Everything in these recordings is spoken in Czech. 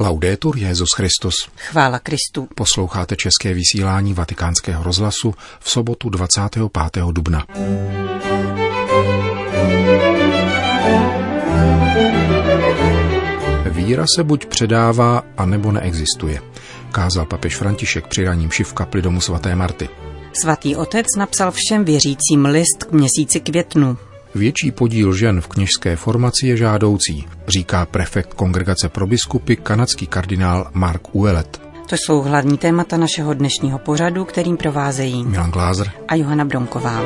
Laudetur Jesus Christus. Chvála Kristu. Posloucháte české vysílání Vatikánského rozhlasu v sobotu 25. dubna. Víra se buď předává, anebo neexistuje, kázal papež František při ranní mši v kapli domu svaté Marty. Svatý otec napsal všem věřícím list k měsíci květnu. Větší podíl žen v kněžské formaci je žádoucí, říká prefekt Kongregace pro biskupy kanadský kardinál Mark Ouellet. To jsou hlavní témata našeho dnešního pořadu, kterým provázejí Milan Glázer a Johana Bronková.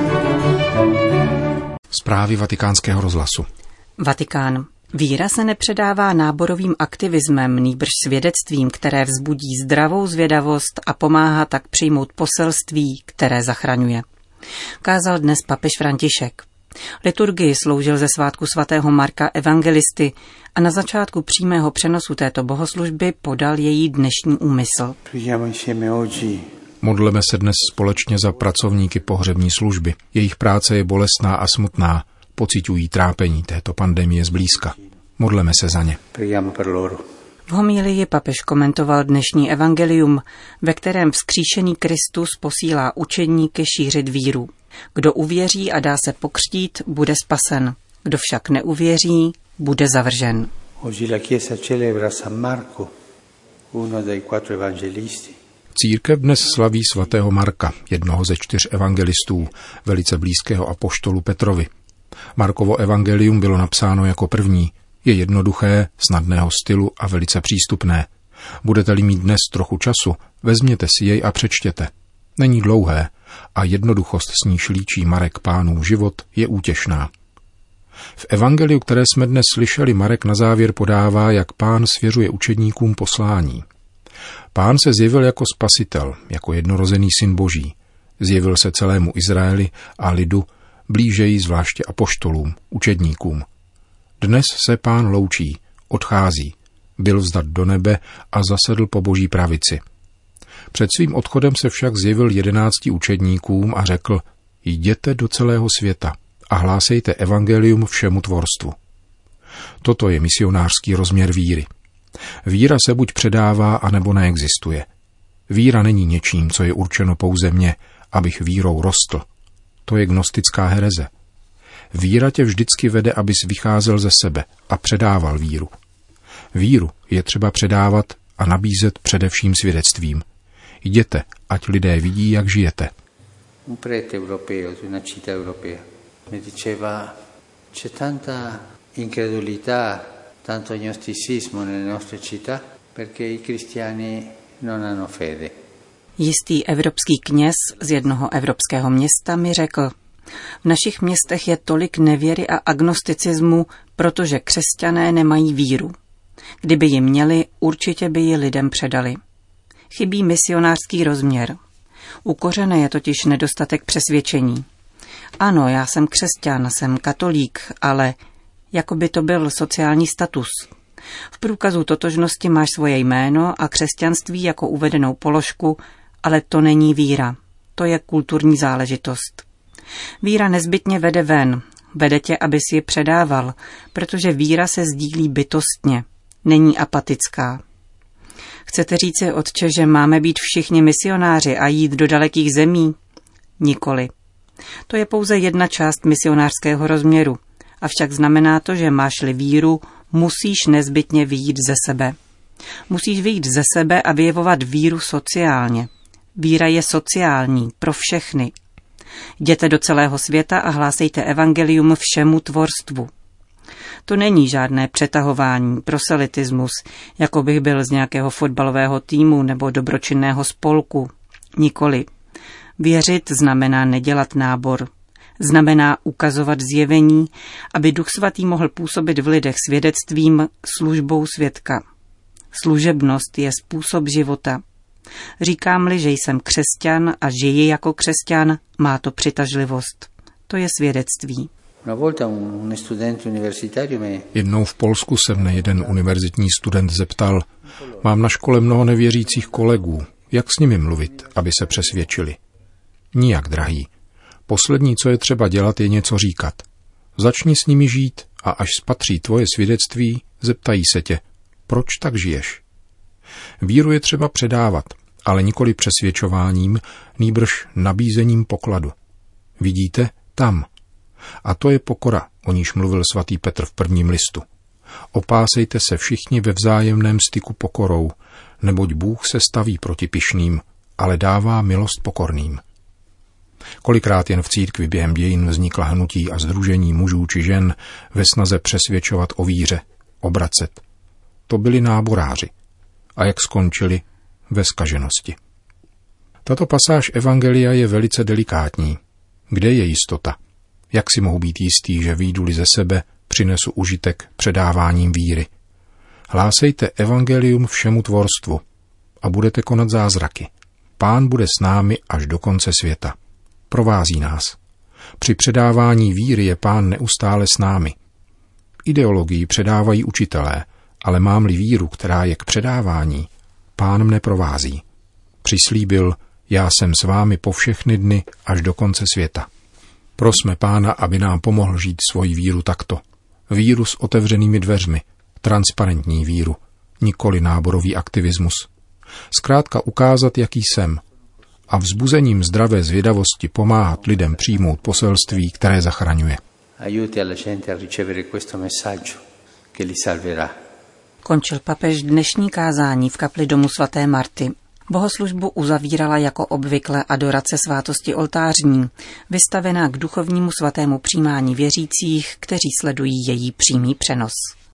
Zprávy Vatikánského rozhlasu. Vatikán. Víra se nepředává náborovým aktivismem, nýbrž svědectvím, které vzbudí zdravou zvědavost a pomáhá tak přijmout poselství, které zachraňuje. Kázal dnes papež František. Liturgii sloužil ze svátku svatého Marka evangelisty a na začátku přímého přenosu této bohoslužby podal její dnešní úmysl. Modleme se dnes společně za pracovníky pohřební služby. Jejich práce je bolestná a smutná. Pociťují trápení této pandemie zblízka. Modleme se za ně. V homílii papež komentoval dnešní evangelium, ve kterém vzkříšený Kristus posílá učedníky šířit víru. Kdo uvěří a dá se pokřtít, bude spasen. Kdo však neuvěří, bude zavržen. Církev dnes slaví svatého Marka, jednoho ze 4 evangelistů, velice blízkého apoštolu Petrovi. Markovo evangelium bylo napsáno jako první. Je jednoduché, snadného stylu a velice přístupné. Budete-li mít dnes trochu času, vezměte si jej a přečtěte. Není dlouhé a jednoduchost, s níž líčí Marek Pánův život, je útěšná. V evangeliu, které jsme dnes slyšeli, Marek na závěr podává, jak Pán svěřuje učedníkům poslání. Pán se zjevil jako spasitel, jako jednorozený syn Boží. Zjevil se celému Izraeli a lidu, blížeji zvláště apoštolům, učedníkům. Dnes se Pán loučí, odchází, byl vzdat do nebe a zasedl po Boží pravici. Před svým odchodem se však zjevil 11 učedníkům a řekl: jděte do celého světa a hlásejte evangelium všemu tvorstvu. Toto je misionářský rozměr víry. Víra se buď předává, anebo neexistuje. Víra není něčím, co je určeno pouze mně, abych vírou rostl. To je gnostická hereze. Víra tě vždycky vede, abys vycházel ze sebe a předával víru. Víru je třeba předávat a nabízet především svědectvím. Jděte, ať lidé vidí, jak žijete. Un prete europeo di una città europea mi diceva: c'è tanta incredulità, tanto agnosticismo nelle nostre città perché i cristiani non hanno fede. Jistý evropský kněz z jednoho evropského města mi řekl: v našich městech je tolik nevěry a agnosticismu, protože křesťané nemají víru. Kdyby ji měli, určitě by ji lidem předali. Chybí misionářský rozměr. U kořene je totiž nedostatek přesvědčení. Ano, já jsem křesťan, jsem katolík, ale jako by to byl sociální status. V průkazu totožnosti máš svoje jméno a křesťanství jako uvedenou položku, ale to není víra. To je kulturní záležitost. Víra nezbytně vede ven. Vede tě, abys ji předával, protože víra se sdílí bytostně. Není apatická. Chcete říci, otče, že máme být všichni misionáři a jít do dalekých zemí? Nikoli. To je pouze jedna část misionářského rozměru. Avšak znamená to, že máš-li víru, musíš nezbytně vyjít ze sebe. Musíš vyjít ze sebe a vyjevovat víru sociálně. Víra je sociální, pro všechny. Jděte do celého světa a hlásejte evangelium všemu tvorstvu. To není žádné přetahování, proselitismus, jako bych byl z nějakého fotbalového týmu nebo dobročinného spolku. Nikoli. Věřit znamená nedělat nábor. Znamená ukazovat zjevení, aby Duch Svatý mohl působit v lidech svědectvím, službou svědka. Služebnost je způsob života. Říkám-li, že jsem křesťan a žiji jako křesťan, má to přitažlivost. To je svědectví. Jednou v Polsku se mne jeden univerzitní student zeptal: mám na škole mnoho nevěřících kolegů, jak s nimi mluvit, aby se přesvědčili? Nijak, drahý. Poslední, co je třeba dělat, je něco říkat. Začni s nimi žít a až spatří tvoje svědectví, zeptají se tě: Proč tak žiješ? Víru je třeba předávat, ale nikoli přesvědčováním, nýbrž nabízením pokladu. Vidíte? Tam. A to je pokora, o níž mluvil svatý Petr v prvním listu. Opásejte se všichni ve vzájemném styku pokorou, neboť Bůh se staví proti pyšným, ale dává milost pokorným. Kolikrát jen v církvi během dějin vznikla hnutí a sdružení mužů či žen ve snaze přesvědčovat o víře, obracet. To byli náboráři. A jak skončili? Ve zkaženosti. Tato pasáž evangelia je velice delikátní. Kde je jistota? Jak si mohu být jistý, že vyjdu-li ze sebe, přinesu užitek předáváním víry? Hlásejte evangelium všemu tvorstvu a budete konat zázraky. Pán bude s námi až do konce světa. Provází nás. Při předávání víry je Pán neustále s námi. Ideologii předávají učitelé, ale mám-li víru, která je k předávání, Pán mne provází. Přislíbil, já jsem s vámi po všechny dny až do konce světa. Prosme Pána, aby nám pomohl žít svoji víru takto. Víru s otevřenými dveřmi, transparentní víru, nikoli náborový aktivismus. Zkrátka ukázat, jaký jsem. A vzbuzením zdravé zvědavosti pomáhat lidem přijmout poselství, které zachraňuje. Končil papež dnešní kázání v kapli domu svaté Marty. Bohoslužbu uzavírala jako obvykle adorace svátosti oltářní, vystavená k duchovnímu svatému přijímání věřících, kteří sledují její přímý přenos.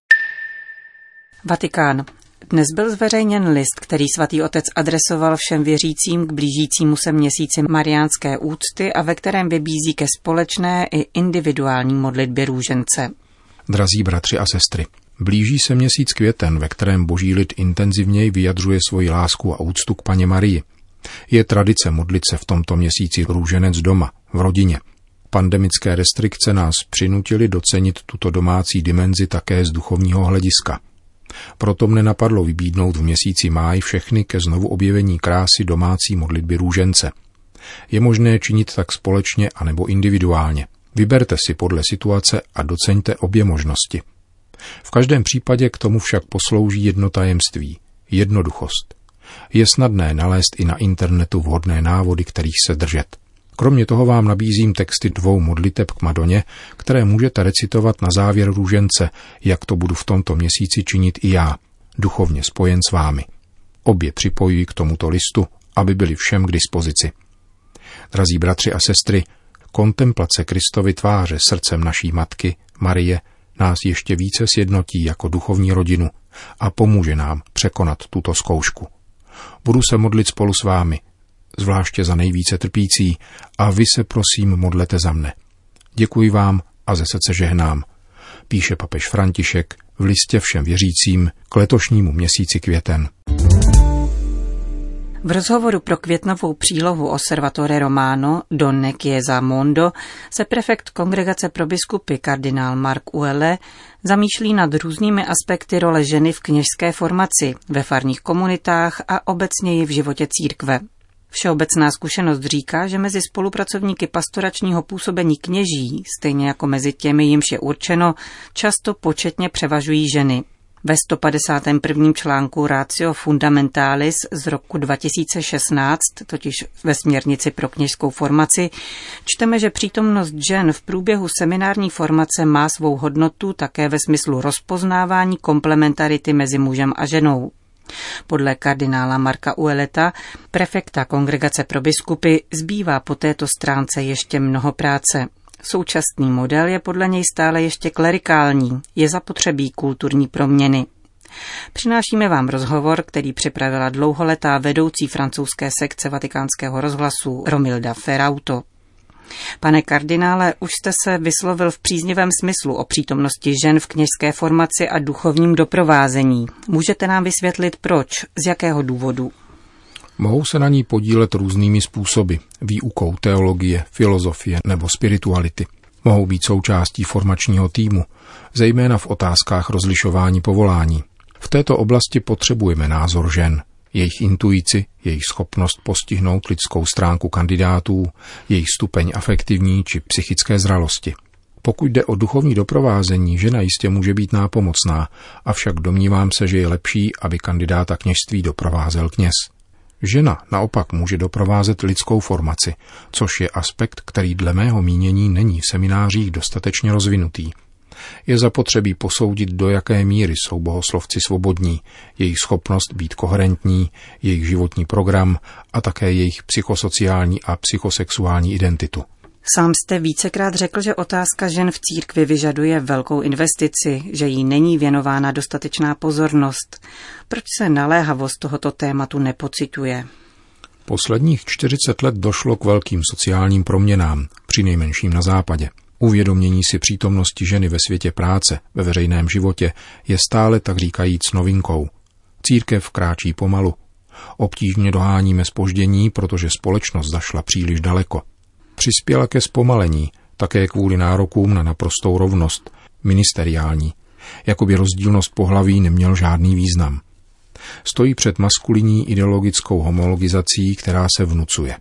Vatikán. Dnes byl zveřejněn list, který svatý otec adresoval všem věřícím k blížícímu se měsíci mariánské úcty a ve kterém vybízí ke společné i individuální modlitbě růžence. Drazí bratři a sestry, blíží se měsíc květen, ve kterém boží lid intenzivněji vyjadřuje svoji lásku a úctu k Panně Marii. Je tradice modlit se v tomto měsíci růženec doma, v rodině. Pandemické restrikce nás přinutily docenit tuto domácí dimenzi také z duchovního hlediska. Proto mne napadlo vybídnout v měsíci máj všechny ke znovu objevení krásy domácí modlitby růžence. Je možné činit tak společně anebo individuálně. Vyberte si podle situace a doceňte obě možnosti. V každém případě k tomu však poslouží jedno tajemství – jednoduchost. Je snadné nalézt i na internetu vhodné návody, kterých se držet. Kromě toho vám nabízím texty 2 modliteb k Madoně, které můžete recitovat na závěr růžence, jak to budu v tomto měsíci činit i já, duchovně spojen s vámi. Obě připojuji k tomuto listu, aby byly všem k dispozici. Drazí bratři a sestry, kontemplace Kristovy tváře srdcem naší matky, Marie, nás ještě více sjednotí jako duchovní rodinu a pomůže nám překonat tuto zkoušku. Budu se modlit spolu s vámi, zvláště za nejvíce trpící, a vy se prosím modlete za mne. Děkuji vám a ze srdce žehnám, píše papež František v listě všem věřícím k letošnímu měsíci květen. V rozhovoru pro květnovou přílohu Osservatore Romano Donne Chiesa Mondo se prefekt Kongregace pro biskupy kardinál Mark Uelle zamýšlí nad různými aspekty role ženy v kněžské formaci, ve farních komunitách a obecněji v životě církve. Všeobecná zkušenost říká, že mezi spolupracovníky pastoračního působení kněží, stejně jako mezi těmi, jimž je určeno, často početně převažují ženy. Ve 151. článku Ratio Fundamentalis z roku 2016, totiž ve směrnici pro kněžskou formaci, čteme, že přítomnost žen v průběhu seminární formace má svou hodnotu také ve smyslu rozpoznávání komplementarity mezi mužem a ženou. Podle kardinála Marka Uelleta, prefekta Kongregace pro biskupy, zbývá po této stránce ještě mnoho práce. Současný model je podle něj stále ještě klerikální, je zapotřebí kulturní proměny. Přinášíme vám rozhovor, který připravila dlouholetá vedoucí francouzské sekce Vatikánského rozhlasu Romilda Ferrauto. Pane kardinále, už jste se vyslovil v příznivém smyslu o přítomnosti žen v kněžské formaci a duchovním doprovázení. Můžete nám vysvětlit proč, z jakého důvodu? Mohou se na ní podílet různými způsoby, výukou teologie, filozofie nebo spirituality. Mohou být součástí formačního týmu, zejména v otázkách rozlišování povolání. V této oblasti potřebujeme názor žen, jejich intuici, jejich schopnost postihnout lidskou stránku kandidátů, jejich stupeň afektivní či psychické zralosti. Pokud jde o duchovní doprovázení, žena jistě může být nápomocná, avšak domnívám se, že je lepší, aby kandidáta kněžství doprovázel kněz. Žena naopak může doprovázet lidskou formaci, což je aspekt, který dle mého mínění není v seminářích dostatečně rozvinutý. Je zapotřebí posoudit, do jaké míry jsou bohoslovci svobodní, jejich schopnost být koherentní, jejich životní program a také jejich psychosociální a psychosexuální identitu. Sám jste vícekrát řekl, že otázka žen v církvi vyžaduje velkou investici, že jí není věnována dostatečná pozornost. Proč se naléhavost tohoto tématu nepociťuje? Posledních 40 let došlo k velkým sociálním proměnám, přinejmenším na západě. Uvědomění si přítomnosti ženy ve světě práce, ve veřejném životě, je stále tak říkajíc novinkou. Církev kráčí pomalu. Obtížně doháníme zpoždění, protože společnost zašla příliš daleko. Přispěla ke zpomalení, také kvůli nárokům na naprostou rovnost, ministeriální. Jakoby rozdílnost pohlaví neměl žádný význam. Stojí před maskulinní ideologickou homologizací, která se vnucuje.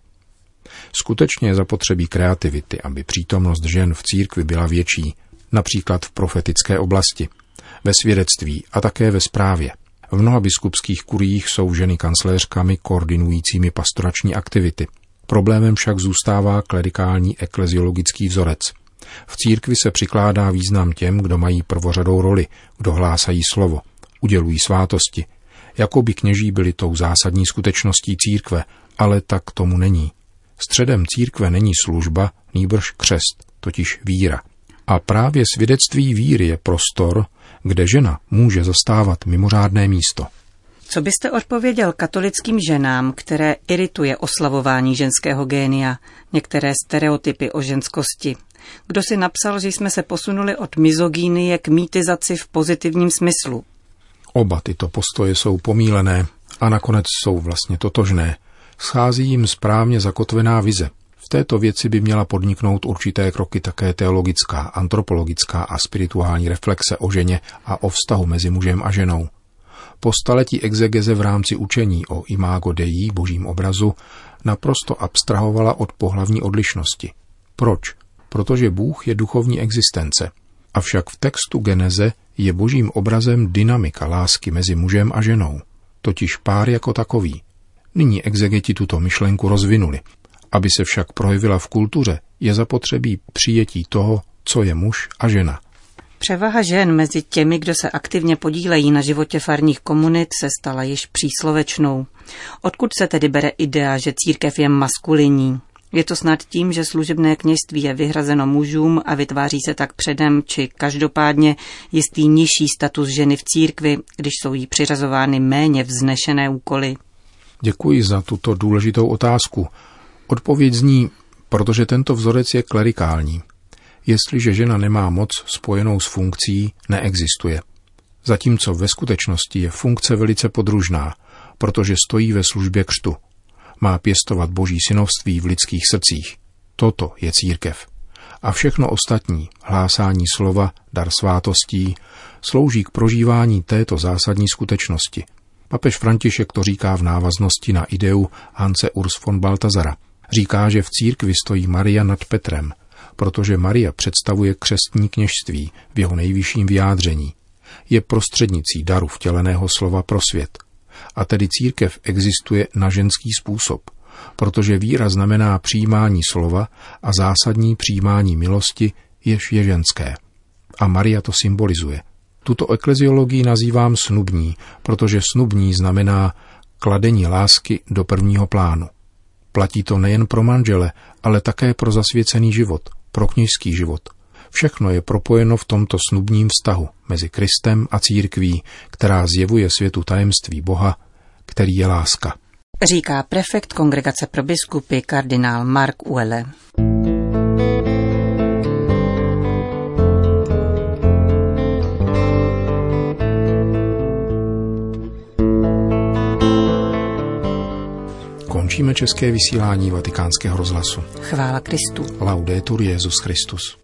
Skutečně je zapotřebí kreativity, aby přítomnost žen v církvi byla větší, například v profetické oblasti, ve svědectví a také ve správě. V mnoha biskupských kuriích jsou ženy kancléřkami koordinujícími pastorační aktivity. Problémem však zůstává klerikální ekleziologický vzorec. V církvi se přikládá význam těm, kdo mají prvořadou roli, kdo hlásají slovo, udělují svátosti. Jako by kněží byli tou zásadní skutečností církve, ale tak tomu není. Středem církve není služba, nýbrž křest, totiž víra. A právě svědectví víry je prostor, kde žena může zastávat mimořádné místo. Co byste odpověděl katolickým ženám, které irituje oslavování ženského génia, některé stereotypy o ženskosti? Kdo si napsal, že jsme se posunuli od mizogynie k mýtizaci v pozitivním smyslu? Oba tyto postoje jsou pomílené a nakonec jsou vlastně totožné. Schází jim správně zakotvená vize. V této věci by měla podniknout určité kroky také teologická, antropologická a spirituální reflexe o ženě a o vztahu mezi mužem a ženou. Po staletí exegeze v rámci učení o imago Dei, božím obrazu, naprosto abstrahovala od pohlavní odlišnosti. Proč? Protože Bůh je duchovní existence. Avšak v textu Geneze je božím obrazem dynamika lásky mezi mužem a ženou, totiž pár jako takový. Nyní exegeti tuto myšlenku rozvinuli. Aby se však projevila v kultuře, je zapotřebí přijetí toho, co je muž a žena. Převaha žen mezi těmi, kdo se aktivně podílejí na životě farních komunit, se stala již příslovečnou. Odkud se tedy bere idea, že církev je maskulinní? Je to snad tím, že služebné kněžství je vyhrazeno mužům a vytváří se tak předem či každopádně jistý nižší status ženy v církvi, když jsou jí přiřazovány méně vznešené úkoly? Děkuji za tuto důležitou otázku. Odpověď zní, protože tento vzorec je klerikální. Jestliže žena nemá moc spojenou s funkcí, neexistuje. Zatímco ve skutečnosti je funkce velice podružná, protože stojí ve službě křtu. Má pěstovat boží synovství v lidských srdcích. Toto je církev. A všechno ostatní, hlásání slova, dar svátostí, slouží k prožívání této zásadní skutečnosti. Papež František to říká v návaznosti na ideu Hanse Urs von Balthasara. Říká, že v církvi stojí Maria nad Petrem, protože Maria představuje křestní kněžství v jeho nejvyšším vyjádření. Je prostřednicí daru vtěleného slova pro svět. A tedy církev existuje na ženský způsob, protože víra znamená přijímání slova a zásadní přijímání milosti, jež je ženské. A Maria to symbolizuje. Tuto ekleziologii nazývám snubní, protože snubní znamená kladení lásky do prvního plánu. Platí to nejen pro manžele, ale také pro zasvěcený život, pro kněžský život. Všechno je propojeno v tomto snubním vztahu mezi Kristem a církví, která zjevuje světu tajemství Boha, který je láska. Říká prefekt Kongregace pro biskupy kardinál Mark Uele. Končíme české vysílání Vatikánského rozhlasu. Chvála Kristu. Laudetur Jesus Christus.